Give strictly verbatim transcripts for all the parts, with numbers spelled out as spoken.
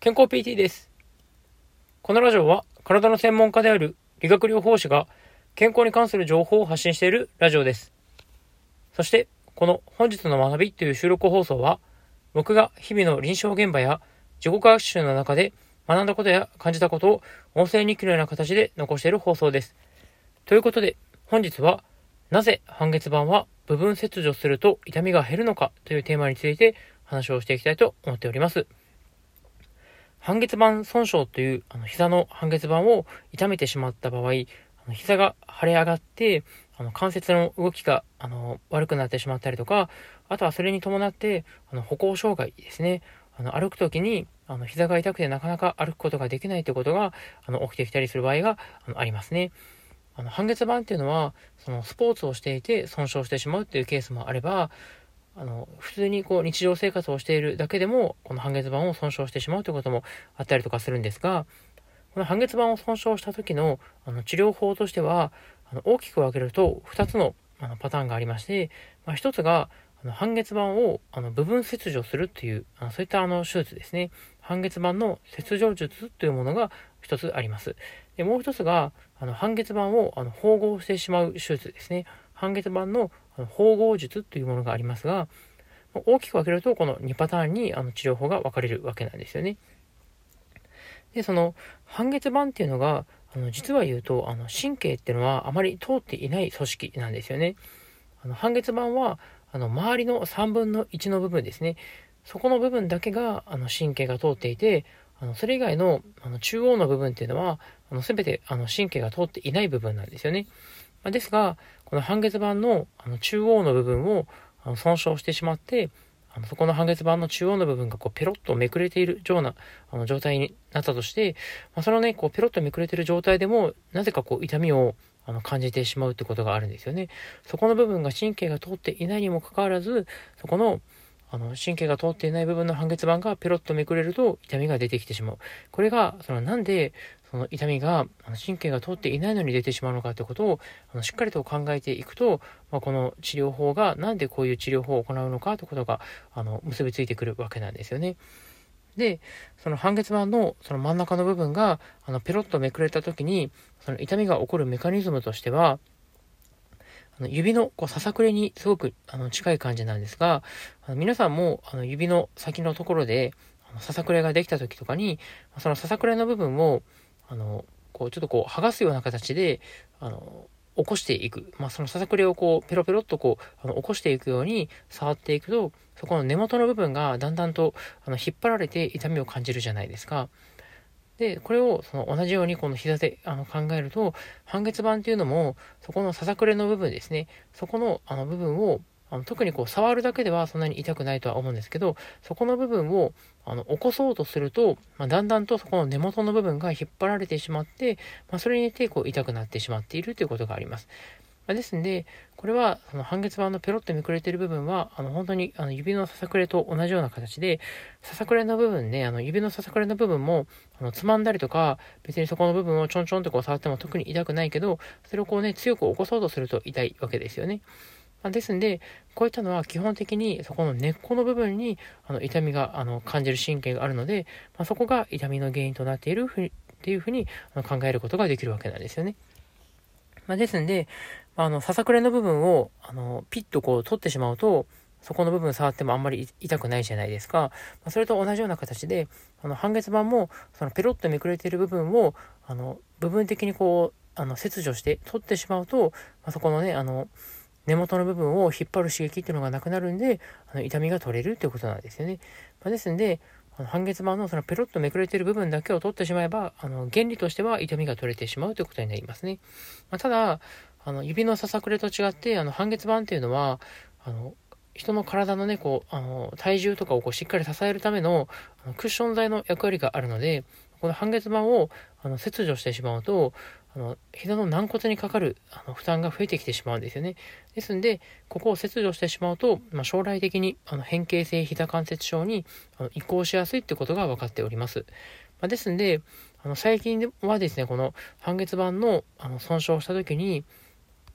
健康 ピーティー です。このラジオは体の専門家である理学療法士が健康に関する情報を発信しているラジオです。そしてこの本日の学びという収録放送は、僕が日々の臨床現場や自己学習の中で学んだことや感じたことを音声日記のような形で残している放送です。ということで本日は、なぜ半月板は部分切除すると痛みが減るのかというテーマについて話をしていきたいと思っております。半月板損傷というあの膝の半月板を痛めてしまった場合、あの膝が腫れ上がってあの関節の動きがあの悪くなってしまったりとか、あとはそれに伴ってあの歩行障害ですね。あの歩くときにあの膝が痛くてなかなか歩くことができないということがあの起きてきたりする場合があのありますね。あの半月板っていうのはそのスポーツをしていて損傷してしまうっていうケースもあれば、あの普通にこう日常生活をしているだけでもこの半月板を損傷してしまうということもあったりとかするんですが、この半月板を損傷した時のあの治療法としては、あの大きく分けるとふたつのあのパターンがありまして、まあ、ひとつがあの半月板をあの部分切除するというあのそういったあの手術ですね。半月板の切除術というものがひとつあります。でもうひとつがあの半月板をあの縫合してしまう手術ですね。半月板の縫合術というものがありますが、大きく分けるとこのにパターンにあの治療法が分かれるわけなんですよね。で、その半月板っていうのがあの実は言うとあの神経っていうのはあまり通っていない組織なんですよね。あの半月板はあの周りのさんぶんのいちの部分ですね。そこの部分だけがあの神経が通っていて、あのそれ以外のあの中央の部分っていうのはあの全てあの神経が通っていない部分なんですよね。まあ、ですが、この半月板のあの中央の部分をあの損傷してしまって、あのそこの半月板の中央の部分がこうペロッとめくれているようなあの状態になったとして、まあ、そのね、こうペロッとめくれている状態でも、なぜかこう痛みをあの感じてしまうってことがあるんですよね。そこの部分が神経が通っていないにもかかわらず、そこのあの神経が通っていない部分の半月板がペロッとめくれると痛みが出てきてしまう。これがそのなんでその痛みが神経が通っていないのに出てしまうのかということをあのしっかりと考えていくと、まあ、この治療法がなんでこういう治療法を行うのかということがあの結びついてくるわけなんですよね。で、その半月板のその真ん中の部分があのペロッとめくれた時にその痛みが起こるメカニズムとしては、あの指のこうささくれにすごくあの近い感じなんですが、あの皆さんもあの指の先のところであのささくれができた時とかに、そのささくれの部分をあのこうちょっとこう剥がすような形であの起こしていく、まあ、そのささくれをこうペロペロっとこうあの起こしていくように触っていくと、そこの根元の部分がだんだんとあの引っ張られて痛みを感じるじゃないですか。で、これをその同じようにこの膝であの考えると、半月板っていうのも、そこのささくれの部分ですね、そこのあの部分を、あの特にこう触るだけではそんなに痛くないとは思うんですけど、そこの部分をあの起こそうとすると、まあ、だんだんとそこの根元の部分が引っ張られてしまって、まあ、それによってこう痛くなってしまっているということがあります。まあ、ですので、これはその半月板のペロッとめくれている部分は、あの本当にあの指のささくれと同じような形で、ささくれの部分ね、あの指のささくれの部分もあのつまんだりとか、別にそこの部分をちょんちょんとこう触っても特に痛くないけど、それをこうね、強く起こそうとすると痛いわけですよね。まあ、ですので、こういったのは基本的にそこの根っこの部分にあの痛みがあの感じる神経があるので、まあ、そこが痛みの原因となっているふうっていうふうに考えることができるわけなんですよね。まあ、ですんで、あの、ささくれの部分を、あの、ピッとこう取ってしまうと、そこの部分触ってもあんまり痛くないじゃないですか。まあ、それと同じような形で、あの、半月板も、そのペロッとめくれている部分を、あの、部分的にこう、あの、切除して取ってしまうと、まあ、そこのね、あの、根元の部分を引っ張る刺激っていうのがなくなるんで、あの痛みが取れるっていうことなんですよね。まあ、ですんで、あの半月板のそのペロッとめくれている部分だけを取ってしまえば、あの原理としては痛みが取れてしまうということになりますね。まあ、ただ、あの指のささくれと違って、あの半月板っていうのは、あの人の体のね、こう、あの体重とかをこうしっかり支えるためのあのクッション材の役割があるので、この半月板をあの切除してしまうと、あの膝の軟骨にかかるあの負担が増えてきてしまうんですよね。ですので、ここを切除してしまうと、まあ、将来的にあの変形性膝関節症にあの移行しやすいということが分かっております。まあ、ですので、あの最近はですね、この半月板のあの損傷をした時に、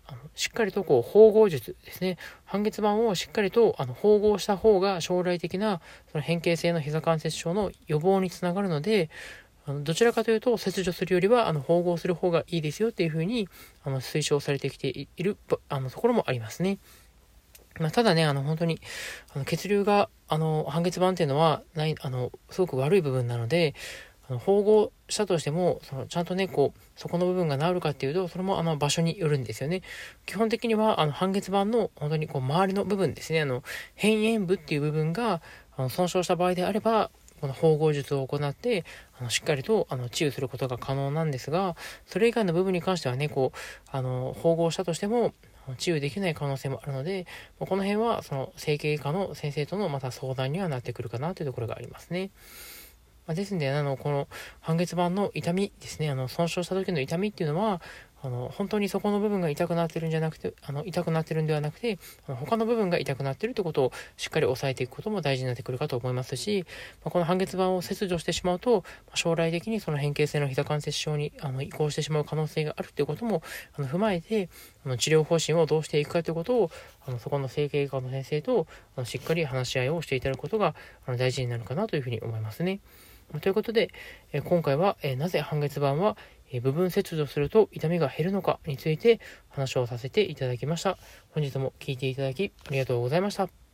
あのしっかりとこう縫合術ですね。半月板をしっかりとあの縫合した方が将来的なその変形性の膝関節症の予防につながるので、あのどちらかというと切除するよりはあの縫合する方がいいですよっていうふうにあの推奨されてきているあのところもありますね。まあ、ただね、あの本当にあの血流があの半月板っていうのはないあのすごく悪い部分なので、あの縫合したとしてもそのちゃんとねこうそこの部分が治るかっていうと、それもあの場所によるんですよね。基本的にはあの半月板の本当にこう周りの部分ですね、あの辺縁部っていう部分があの損傷した場合であれば、この縫合術を行ってあのしっかりとあの治癒することが可能なんですが、それ以外の部分に関してはね、こうあの縫合したとしても治癒できない可能性もあるので、この辺はその整形外科の先生とのまた相談にはなってくるかなというところがありますね。まあ、ですので、あのこの半月板の痛みですね、あの損傷した時の痛みっていうのは、あの本当にそこの部分が痛くなってるんじゃなくて、あの痛くなってるんではなくて、あの他の部分が痛くなってるということをしっかり抑えていくことも大事になってくるかと思いますし、まあ、この半月板を切除してしまうと、将来的にその変形性の膝関節症にあの移行してしまう可能性があるということもあの踏まえて、あの治療方針をどうしていくかということを、あのそこの整形外科の先生とあのしっかり話し合いをしていただくことがあの大事になるかなというふうに思いますね。ということで、え今回は、えなぜ半月板は、え部分切除すると痛みが減るのかについて話をさせていただきました。本日も聞いていただきありがとうございました。